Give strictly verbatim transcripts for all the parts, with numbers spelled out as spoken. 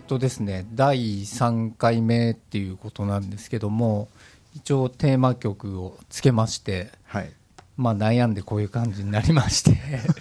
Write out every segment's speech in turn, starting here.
とですね、だいさんかいめっていうことなんですけども、一応テーマ曲をつけまして、 はい、 まあ、悩んでこういう感じになりまして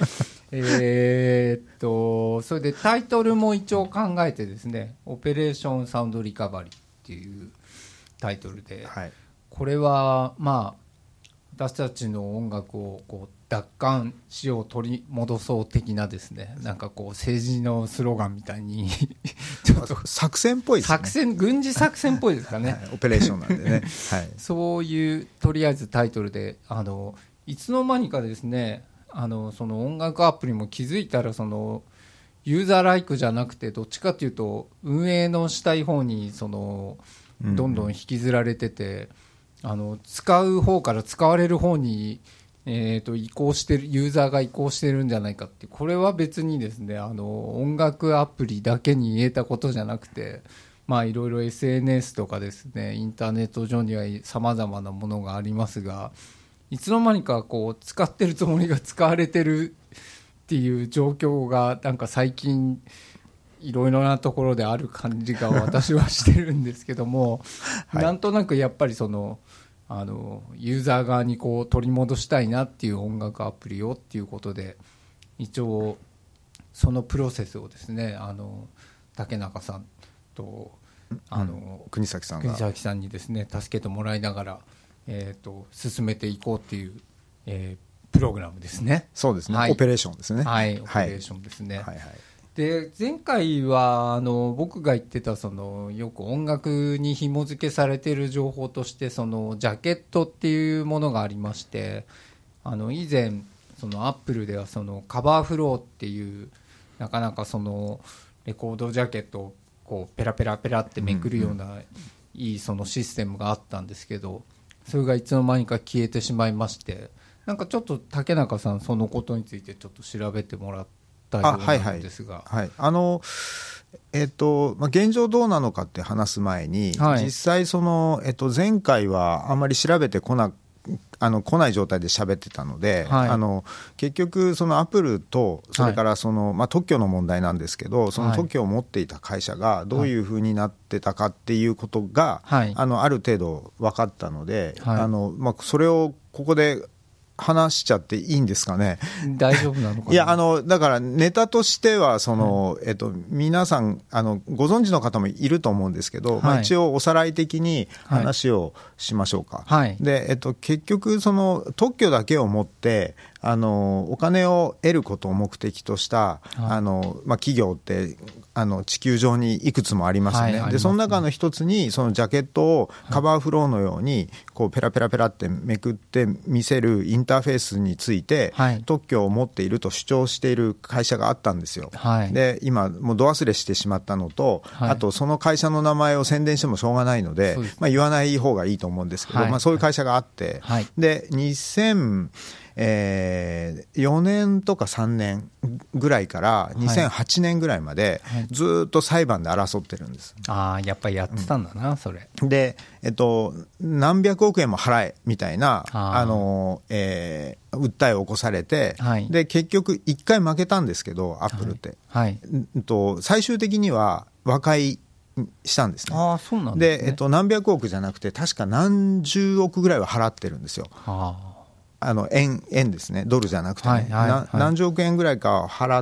えっとそれでタイトルも一応考えてですね、オペレーションサウンドリカバリーっていうタイトルで、はい、これはまあ私たちの音楽をこう奪還しよう、取り戻そう的なですね、なんかこう政治のスローガンみたいにちょっと作戦っぽいですね。 作戦、軍事作戦っぽいですかね、 はい、オペレーションなんでね、はい、 そういうとりあえずタイトルで、あのいつの間にかですね、あのその音楽アプリも気づいたらそのユーザーライクじゃなくて、どっちかというと運営のしたい方にそのどんどん引きずられてて、うん、あの使う方から使われる方に、えー、と移行してる、ユーザーが移行してるんじゃないかって。これは別にですね、あの音楽アプリだけに言えたことじゃなくて、まあいろいろ エスエヌエス とかですね、インターネット上にはさまざまなものがありますが、いつの間にかこう使ってるつもりが使われてるっていう状況がなんか最近いろいろなところである感じが私はしてるんですけども、はい、なんとなくやっぱりそのあのユーザー側にこう取り戻したいなっていう音楽アプリをっていうことで、一応そのプロセスをですね、あの竹中さんとあの、 うん、国崎さんが国崎さんにですね助けてもらいながら、えー、と進めていこうっていう、えー、プログラムですね。 そうですね、 はい、 オペレーションですね。 はい、オペレーションですね。 はいはいはい、 で前回はあの僕が言ってたそのよく音楽に紐付けされている情報として、そのジャケットっていうものがありまして、あの以前そのアップルではそのカバーフローっていうなかなかそのレコードジャケットをこうペラペラペラってめくるような、いいそのシステムがあったんですけど、それがいつの間にか消えてしまいまして、なんかちょっと竹中さんそのことについてちょっと調べてもらったようなんですが、 はいはいはい、あのえっとまあ、現状どうなのかって話す前に、はい、実際その、えっと、前回はあんまり調べてこなあの来ない状態で喋ってたので、はい、あの結局そのアップルとそれからその、はい、まあ、特許の問題なんですけど、その特許を持っていた会社がどういうふうになってたかっていうことが、はい、あのある程度分かったので、はい、あのまあ、それをここで話しちゃっていいんですかね。 大丈夫なのかな。 いや、あのだからネタとしてはその、はい、えっと、皆さんあのご存知の方もいると思うんですけど、はい、まあ、一応おさらい的に話をしましょうか。はい、で、えっと、結局その特許だけを持ってあのお金を得ることを目的とした、はい、あのまあ、企業ってあの地球上にいくつもありますよね。はい、でその中の一つにそのジャケットをカバーフローのようにこうペラペラペラってめくって見せるインターフェースについて特許を持っていると主張している会社があったんですよ。はい、で今もうど忘れしてしまったのと、はい、あとその会社の名前を宣伝してもしょうがないので、まあ、言わない方がいいと思うんですけど、はい、まあ、そういう会社があって、はい、でにせんえー、よねんとかさんねんぐらいからにせんはちねんぐらいまでずっと裁判で争ってるんです。 ああ、やっぱりやってたんだな、うん、それで、えっと、何百億円も払えみたいなああの、えー、訴えを起こされて、はい、で結局いっかい負けたんですけどアップルって、はいはい、えっと、最終的には和解したんですね。 あ、そうなんですね。 で、えっと、何百億じゃなくて確か何十億ぐらいは払ってるんですよ。はあ、あの 円, 円ですね、ドルじゃなくて、ね、はいはいはい、何十億円ぐらいかを払って、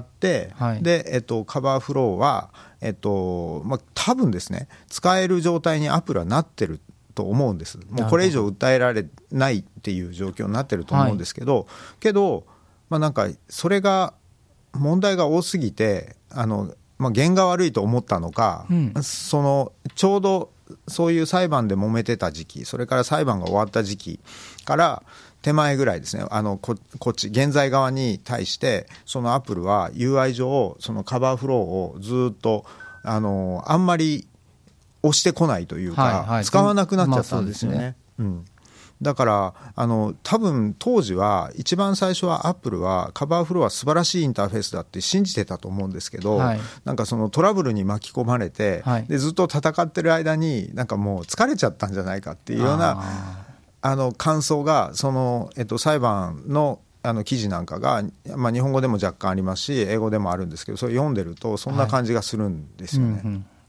はい、で、えっと、カバーフローは、えっとまあ、多分ですね使える状態にアップルはなってると思うんです。もうこれ以上訴えられないっていう状況になってると思うんですけど、はい、けど、まあ、なんかそれが問題が多すぎてあの、まあ、弦が悪いと思ったのか、うん、そのちょうどそういう裁判で揉めてた時期、それから裁判が終わった時期から手前ぐらいですね、あの こ, こっち現在側に対してそのアップルは ユーアイ 上そのカバーフローをずっとあのあんまり押してこないというか、はいはい、使わなくなっちゃったんですよね。まあ、そうですね。うん、だからあの多分当時は一番最初はアップルはカバーフローは素晴らしいインターフェースだって信じてたと思うんですけど、はい、なんかそのトラブルに巻き込まれて、はい、でずっと戦ってる間になんかもう疲れちゃったんじゃないかっていうようなあの感想がその、えっと、裁判のあの記事なんかが、まあ、日本語でも若干ありますし英語でもあるんですけど、それ読んでるとそんな感じがするんですよね。はい、うんうん、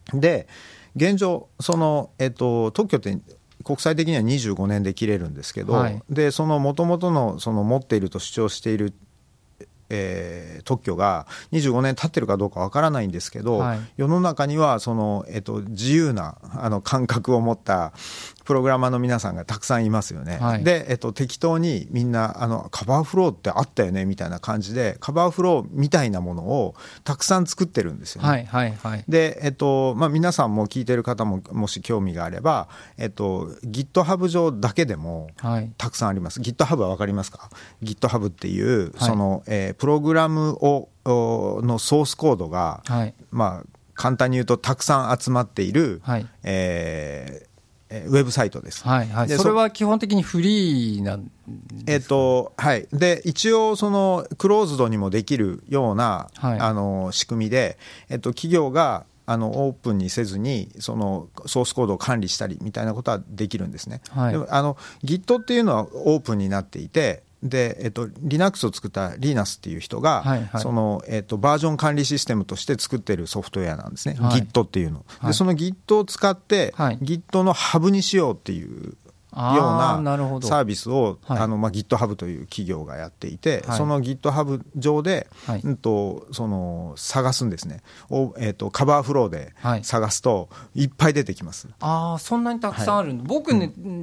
で現状その、えっと、特許って国際的にはにじゅうごねんで切れるんですけど、はい、でその元々のその持っていると主張しているえー、特許がにじゅうごねん経ってるかどうかわからないんですけど、はい、世の中にはその、えっと、自由なあの感覚を持ったプログラマーの皆さんがたくさんいますよね、はい、で、えっと、適当にみんなあのカバーフローってあったよねみたいな感じでカバーフローみたいなものをたくさん作ってるんですよね、 はいはいはい、 で、えっとまあ、皆さんも聞いてる方ももし興味があれば、えっと、GitHub 上だけでもたくさんあります、はい、GitHub は分かりますか？ GitHub っていうその、はい、えー、プログラムをのソースコードが、はい、まあ、簡単に言うとたくさん集まっている、はい、えーウェブサイトです、 はいはい、でそれは基本的にフリーなんですか？ えーとはい、で一応そのクローズドにもできるような、はい、あの仕組みで、えーと、企業があのオープンにせずにそのソースコードを管理したりみたいなことはできるんですね、はい、でもあの Git っていうのはオープンになっていてで、えっと、Linux を作ったリーナスっていう人が、はいはい、その、えっと、バージョン管理システムとして作っているソフトウェアなんですね、はい、Git っていうの、はい、でその Git を使って、はい、Git のハブにしようっていうようなサービスを、はい、あのまあ、GitHub という企業がやっていて、はい、その GitHub 上で、はい、うん、とその探すんですね、お、えー、とカバーフローで探すといっぱい出てきます、はい、 ああそんなにたくさんあるんだ、はい、僕ね、うん、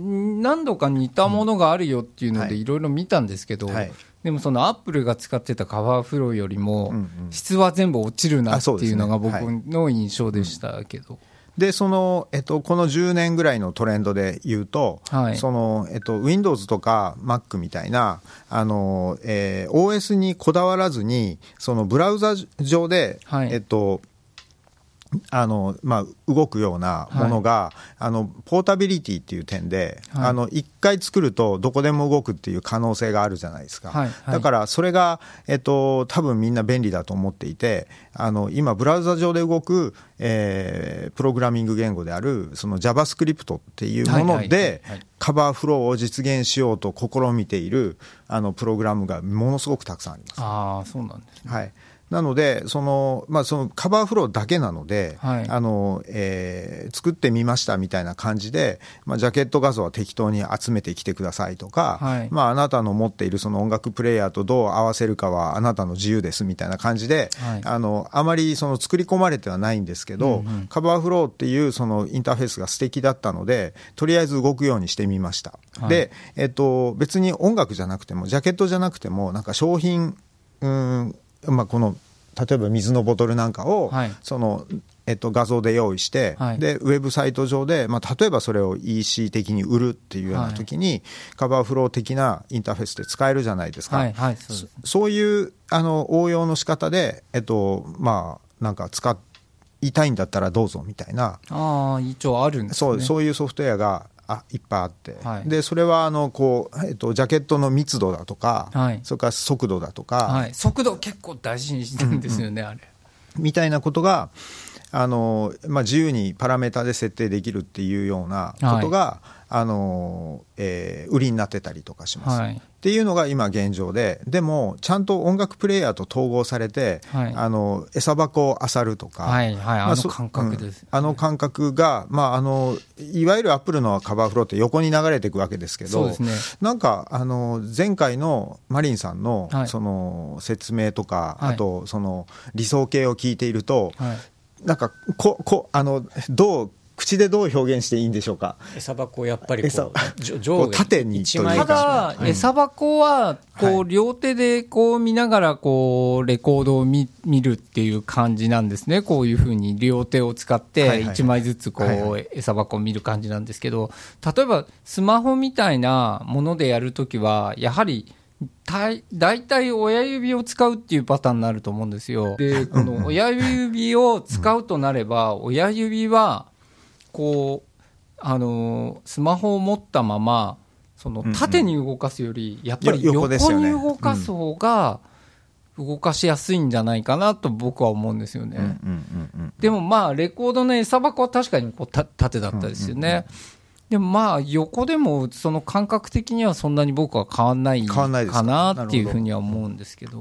何度か似たものがあるよっていうのでいろいろ見たんですけど、はい、でもそのアップルが使ってたカバーフローよりも質は全部落ちるなっていうのが僕の印象でしたけど、 でその、えっと、このじゅうねんぐらいのトレンドで言うと、はい、そのえっと、Windows とか Mac みたいなあの、えー、オーエス にこだわらずにそのブラウザ上で、はい、えっとあのまあ、動くようなものが、はい、あのポータビリティっていう点で、はい、あのいっかい作るとどこでも動くっていう可能性があるじゃないですか、はいはい、だからそれが、えっと、多分みんな便利だと思っていて、あの今ブラウザ上で動く、えー、プログラミング言語であるその JavaScript っていうものでカバーフローを実現しようと試みているあのプログラムがものすごくたくさんあります。 あ、そうなんですね、 はい、なのでその、まあ、そのカバーフローだけなので、はい、あのえー、作ってみましたみたいな感じで、まあ、ジャケット画像は適当に集めてきてくださいとか、はい、まあ、あなたの持っているその音楽プレイヤーとどう合わせるかはあなたの自由ですみたいな感じで、はい、あのあまりその作り込まれてはないんですけど、うんうん、カバーフローっていうそのインターフェースが素敵だったのでとりあえず動くようにしてみました、はい、で、えっと、別に音楽じゃなくてもジャケットじゃなくてもなんか商品、うん、まあ、この例えば水のボトルなんかを、はい、そのえっと、画像で用意して、はい、でウェブサイト上で、まあ、例えばそれを イーシー 的に売るっていうような時に、はい、カバーフロー的なインターフェースで使えるじゃないですか、はいはい、そうですね、そ, そういうあの応用の仕方で、えっとまあ、なんか使いたいんだったらどうぞみたいな、 あ一応あるんですね、 そう、そういうソフトウェアがあいっぱいあって、はい、でそれはあのこう、えっと、ジャケットの密度だとか、はい、それから速度だとか、 はい、速度結構大事にしてるんですよね、うんうん、あれみたいなことがあの、まあ、自由にパラメータで設定できるっていうようなことが、はい、あのえー、売りになってたりとかします、はい、っていうのが今現状で、でもちゃんと音楽プレイヤーと統合されて、はい、あの餌箱を漁るとか、 はいはい、あの感覚です、 うん、あの感覚が、まあ、あのいわゆるアップルのカバーフローって横に流れていくわけですけど、そうですね、なんかあの前回のマリンさん の,、はい、その説明とか、はい、あとその理想形を聞いていると、はい、なんかここあのどう口でどう表現していいんでしょうか。 餌箱をやっぱりこう上下縦にというか、 ただ餌箱はこう両手でこう見ながらこうレコードを 見, 見るっていう感じなんですね。こういうふうに両手を使っていちまいずつこう餌箱を見る感じなんですけど、例えばスマホみたいなものでやるときはやはりだいたい親指を使うっていうパターンになると思うんですよ。でこの親指を使うとなれば親指はこうあのスマホを持ったままその縦に動かすよりやっぱり横に動かす方が動かしやすいんじゃないかなと僕は思うんですよね。でもまあレコードの餌箱は確かにこう縦だったですよね。でもまあ横でもその感覚的にはそんなに僕は変わんないかなっていうふうには思うんですけど、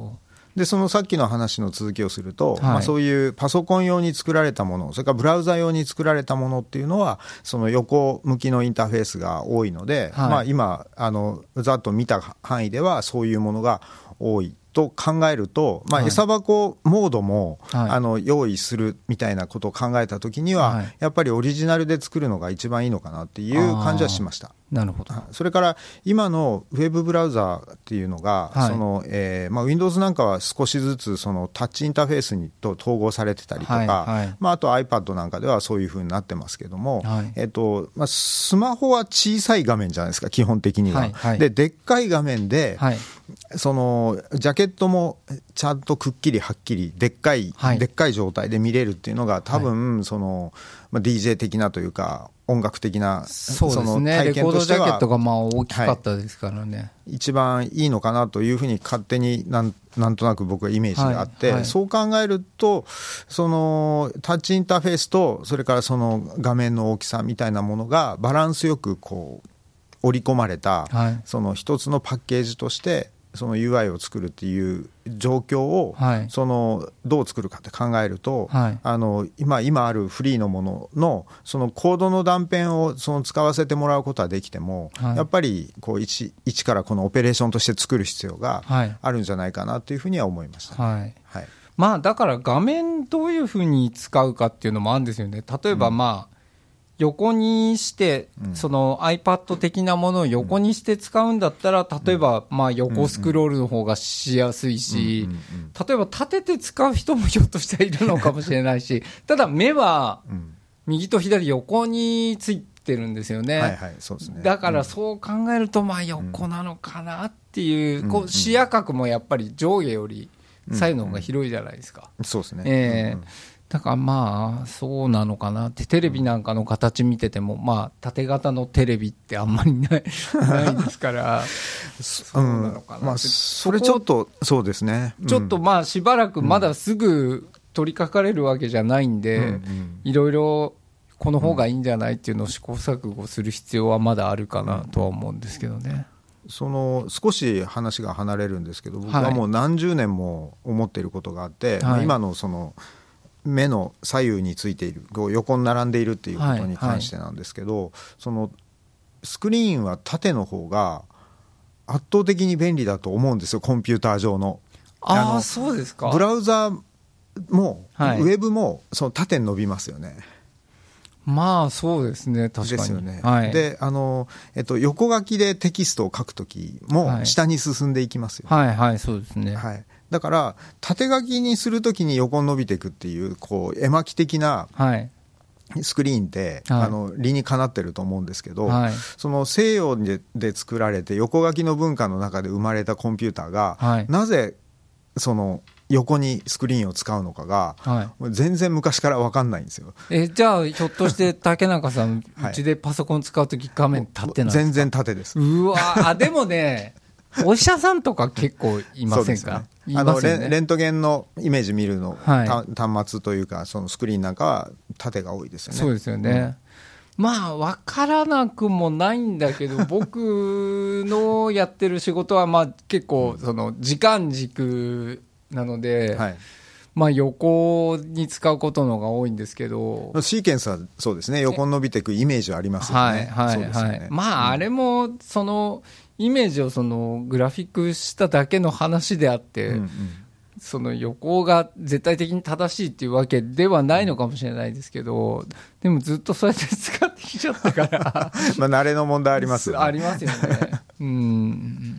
でそのさっきの話の続きをすると、はい、まあ、そういうパソコン用に作られたもの、それからブラウザ用に作られたものっていうのはその横向きのインターフェースが多いので、はい、まあ、今あのざっと見た範囲ではそういうものが多いと考えると、まあ、餌箱モードも、はい、あの用意するみたいなことを考えたときには、はい、やっぱりオリジナルで作るのが一番いいのかなっていう感じはしました。 なるほど。 それから今のウェブブラウザーっていうのが、はい、そのえーまあ、Windows なんかは少しずつそのタッチインターフェースにと統合されてたりとか、はいはい、まあ、あと iPad なんかではそういう風になってますけども、はい、えーとまあ、スマホは小さい画面じゃないですか基本的には、はいはい、で, でっかい画面で、はい、そのジャケットもちゃんとくっきりはっきりでっかい、はい、でっかい状態で見れるっていうのが多分、はい、そのまあ、ディージェー 的なというか音楽的なそうですね、レコードジャケットがまあ大きかったですからね、はい、 一番いいのかなというふうに勝手になん、なんとなく僕はイメージがあって、はいはい、そう考えるとそのタッチインターフェースとそれからその画面の大きさみたいなものがバランスよくこう織り込まれた、はい、その一つのパッケージとしてその ユーアイ を作るっていう状況を、はい、そのどう作るかって考えると、はい、あの 今, 今あるフリーのもののそのコードの断片をその使わせてもらうことはできても、はい、やっぱりこう 一, 一からこのオペレーションとして作る必要があるんじゃないかなというふうには思いました、 はいはい、まあ、だから画面どういうふうに使うかっていうのもあるんですよね。例えばまあ、うん、横にして、うん、その iPad 的なものを横にして使うんだったら、例えばまあ横スクロールの方がしやすいし、例えば立てて使う人もひょっとしたらいるのかもしれないし、ただ目は右と左横についてるんですよね。はいはい、そうですね。だからそう考えるとまあ横なのかなっていう、こう視野角もやっぱり上下より左右の方が広いじゃないですか。 そうですね。 えーだからまあそうなのかなって。テレビなんかの形見てても、まあ縦型のテレビってあんまりないないですからそうなのかなって、うん、まあ、 それちょっとそうですね、 ちょっとまあしばらくまだすぐ取り掛かれるわけじゃないんで、いろいろこの方がいいんじゃないっていうのを試行錯誤する必要はまだあるかなとは思うんですけどね。 その少し話が離れるんですけど、僕はもう何十年も思っていることがあって、はい、今のその目の左右についている横に並んでいるっていうことに関してなんですけど、はいはい、そのスクリーンは縦の方が圧倒的に便利だと思うんですよ、コンピューター上の。 ああ、そうですか。 ブラウザも、はい、ウェブもその縦に伸びますよね。 まあそうですね、確かにですよね、はい、であの、えっと、横書きでテキストを書くときも下に進んでいきますよね。 はいはい、はい、そうですね、 はい、だから縦書きにするときに横に伸びていくっていう、こう絵巻的なスクリーンって、はい、あの理にかなってると思うんですけど、はい、その西洋 で, で作られて横書きの文化の中で生まれたコンピューターが、はい、なぜその横にスクリーンを使うのかが、はい、全然昔から分かんないんですよ。 えじゃあひょっとして竹中さんうちでパソコン使うとき画面縦なんですか？ 全然縦です。 うわあでもねお医者さんとか結構いませんか？ ね、あの レ, レントゲンのイメージ見るの、はい、端末というかそのスクリーンなんかは縦が多いですよね。 そうですよね、うん、まあ分からなくもないんだけど僕のやってる仕事はまあ結構その時間軸なので、はい、まあ、横に使うことの方が多いんですけど、 シーケンスはそうですね、横に伸びていくイメージはありますよね。 はいはいはい、まああれもそのイメージをそのグラフィックしただけの話であって、うんうん、その横が絶対的に正しいっていうわけではないのかもしれないですけど、でもずっとそうやって使ってきちゃったからまあ慣れの問題ありますよね。 ありますよねうん、うん、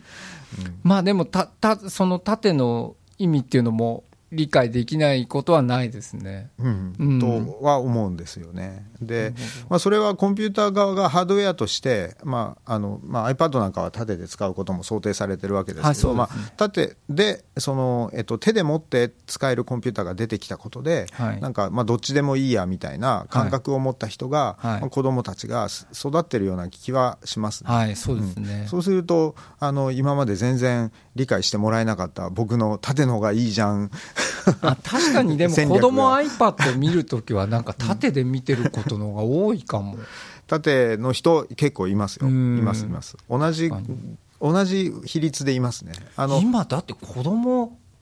まあでもたたその縦の意味っていうのも理解できないことはないですね、 うんうん、とは思うんですよね。で、まあ、それはコンピューター側がハードウェアとして、まああのまあ、iPad なんかは縦で使うことも想定されてるわけですけど、はい、まあ、縦でその、えっと、手で持って使えるコンピューターが出てきたことで、はい、なんかまあどっちでもいいやみたいな感覚を持った人が、はい、まあ、子どもたちが育ってるような気はしますね。 はい、そうですね、 うん、そうするとあの今まで全然理解してもらえなかった僕の縦の方がいいじゃんあ確かにでも子供 iPad 見るときはなんか縦で見てることの方が多いかも、うん、 縦の人結構いますよ。いますいます。同じ同じ比率でいますね。 あの今だって子供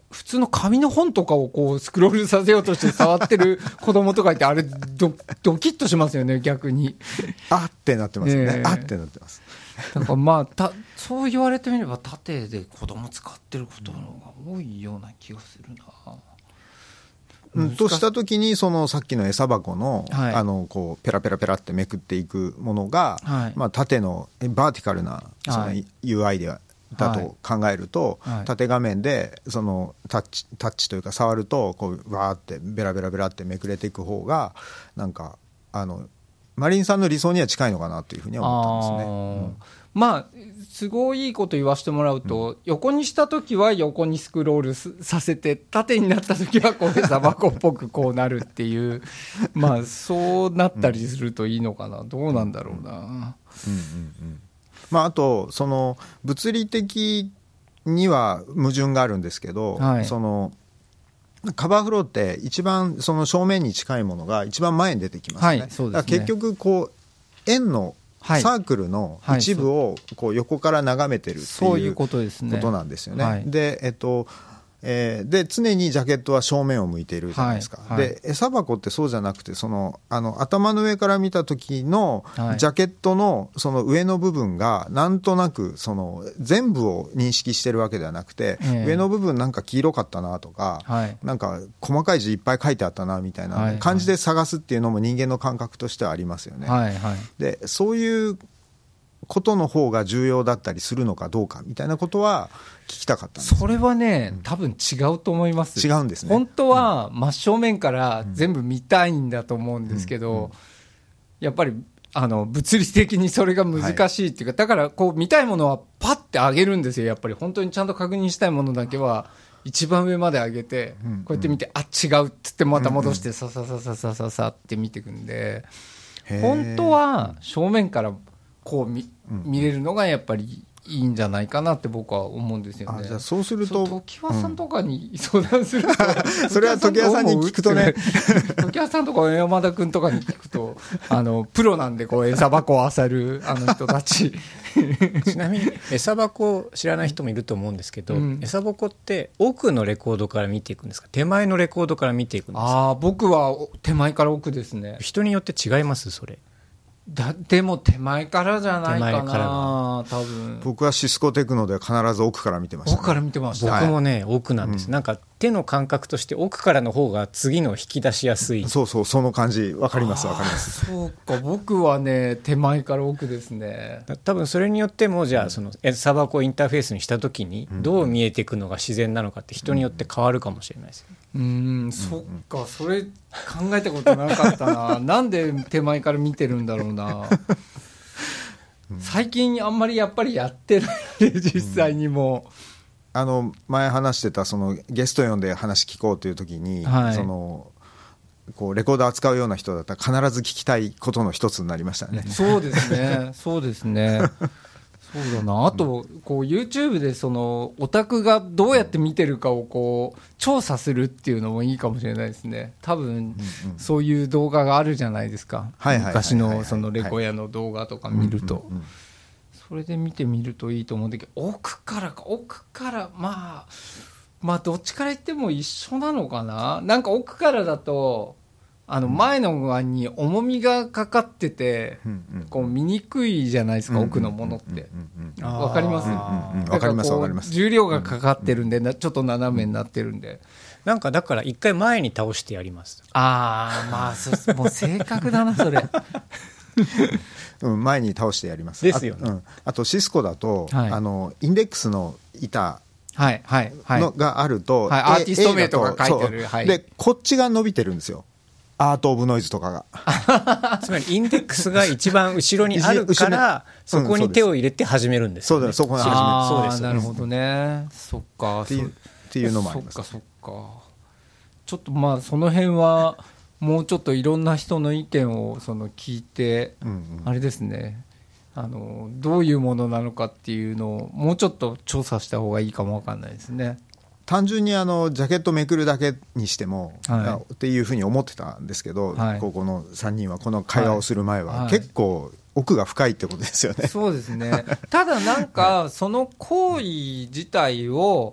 普通の紙の本とかをこうスクロールさせようとして触ってる子供とかいて、あれ ド, ドキッとしますよね、逆に。 あってなってますよね、 えー、 あってなってます。 だからまあたそう言われてみれば縦で子供使ってることの方が多いような気がするな。 うん、としたときにそのさっきの餌箱の、 はい、 あのこうペラペラペラってめくっていくものが、はい、まあ、縦のバーティカルなその ユーアイ ではだと考えると、はい、縦画面でそのタッチ、タッチというか触るとこうわーってベラベラベラってめくれていく方がなんかあのマリンさんの理想には近いのかなというふうには思ったんですね。うん、 まあ都合いいこと言わせてもらうと、うん、横にしたときは横にスクロールさせて、縦になったときはこう餌箱っぽくこうなるっていうまあそうなったりするといいのかな、どうなんだろうな。うんうんうん、 まあ、あとその物理的には矛盾があるんですけど、はい、そのカバーフローって一番その正面に近いものが一番前に出てきますね。はい、そうですね。だから結局こう円のサークルの一部をこう横から眺めてるっていうことなんですよね。はい、で、えっとえー、で常にジャケットは正面を向いているじゃないですか。はいはい、で餌箱ってそうじゃなくて、そのあの頭の上から見た時のジャケットのその上の部分がなんとなくその全部を認識してるわけではなくて、えー、上の部分なんか黄色かったなとか、はい、なんか細かい字いっぱい書いてあったなみたいな感じで探すっていうのも人間の感覚としてはありますよね。はいはい、でそういうことの方が重要だったりするのかどうかみたいなことは聞きたかったんです。 それはね、多分違うと思います。 違うんですね。 本当は真正面から全部見たいんだと思うんですけど、うんうん、やっぱりあの物理的にそれが難しいっていうか、はい、だからこう見たいものはパッて上げるんですよ。やっぱり本当にちゃんと確認したいものだけは一番上まで上げて、うんうん、こうやって見て、あ、違うって言ってまた戻してさささささささって見ていくんで、本当は正面からこう 見, 見れるのがやっぱりいいんじゃないかなって僕は思うんですよね。 あ、じゃあそうすると常盤さんとかに相談すると、 うん、それは常盤さんに聞くとね常盤さんとか山田君とかに聞くとあのプロなんで、こう餌箱を漁るあの人たちちなみに餌箱知らない人もいると思うんですけど、うん、餌箱って奥のレコードから見ていくんですか、手前のレコードから見ていくんですか。 あ、僕は手前から奥ですね。 人によって違います、それ。 だでも手前からじゃないかな、多分。 僕はシスコテクノで必ず奥から見てました、ね、 奥から見てました。 僕もね、奥なんです、うん、なんか手の感覚として奥からの方が次の引き出しやすい。 そうそう、その感じ分かります分かります。 そうか、僕はね手前から奥ですね。 多分それによっても、じゃあその餌箱をインターフェースにした時にどう見えていくのが自然なのかって人によって変わるかもしれないですよね。 うーん、そっか、それ考えたことなかったななんで手前から見てるんだろうな最近あんまりやっぱりやってないで実際にも、うん、 あの前話してたそのゲスト呼んで話聞こうという時に、はい、そのこうレコード扱うような人だったら必ず聞きたいことの一つになりましたね。 そうですねそうですねそうだな。あとこう YouTube でそのオタクがどうやって見てるかをこう調査するっていうのもいいかもしれないですね。多分そういう動画があるじゃないですか。昔のそのレコヤの動画とか見ると、それで見てみるといいと思うんだけど、奥からか奥からまあまあどっちから言っても一緒なのかな。なんか奥からだとあの前の側に重みがかかっててこう見にくいじゃないですか、奥のものって。わかります？ わかりますわかります。 重量がかかってるんでちょっと斜めになってるんで、 なんかだから一回前に倒してやります。 ああ、まあそもう正確だなそれうん、前に倒してやります。 ですよね。 あ,、うん、あとシスコだと、はい、あのインデックスの板はいはいはい、 のがあると、 はい、アーティスト名とか書いてある、はい、 でこっちが伸びてるんですよ、アートオブノイズとかがつまりインデックスが一番後ろにあるからそこに手を入れて始めるんですよね。 そうだ、そこに始める。 ああ、なるほどね。そっかっていう、っていうのもあります。 そっかそっか。ちょっとまあその辺はもうちょっといろんな人の意見をその聞いて、うんうん、あれですね、あのどういうものなのかっていうのをもうちょっと調査した方がいいかもわかんないですね。 単純にあのジャケットめくるだけにしても、はい、っていうふうに思ってたんですけど、はい、ここのさんにんはこの会話をする前は、はいはい、結構奥が深いってことですよね。 そうですね。ただなんかその行為自体を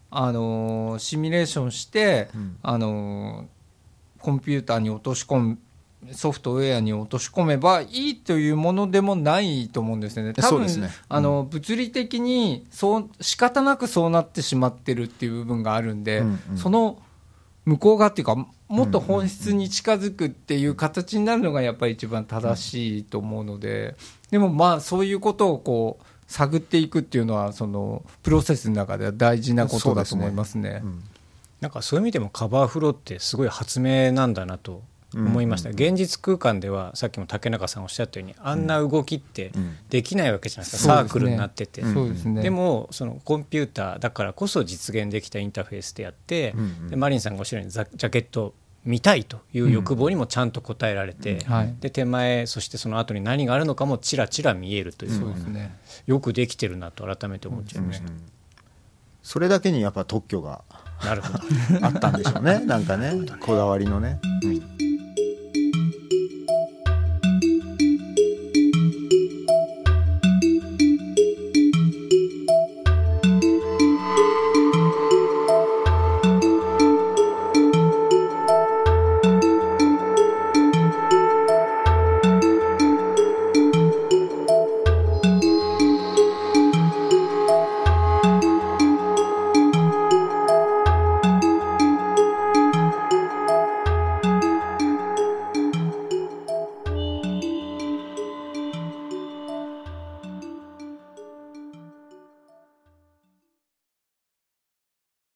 あのー、シミュレーションして、 うん、 あのー、コンピューターに落とし込むソフトウェアに落とし込めばいいというものでもないと思うんですよね。多分そうですね、うん、 あの物理的にそう仕方なくそうなってしまってるっていう部分があるんで、うんうん、その向こう側っていうかもっと本質に近づくっていう形になるのがやっぱり一番正しいと思うので、でもまあそういうことをこう探っていくっていうのはそのプロセスの中では大事なことだと思いますね。 そうですね、うん、なんかそういう意味でもカバーフローってすごい発明なんだなと思いました、うんうん、現実空間ではさっきも竹中さんおっしゃったようにあんな動きってできないわけじゃないですか、うん、サークルになってて、 そうですね、 でもそのコンピューターだからこそ実現できたインターフェースでやって、うんうん、でマリンさんがおっしゃるようにジャケット見たいという欲望にもちゃんと応えられて、うんはい、で手前そしてその後に何があるのかもちらちら見えるという、そうですね、よくできてるなと改めて思っちゃいました、うんうん、 それだけにやっぱ特許がなるほどあったんでしょうねなんかねこだわりのね、うん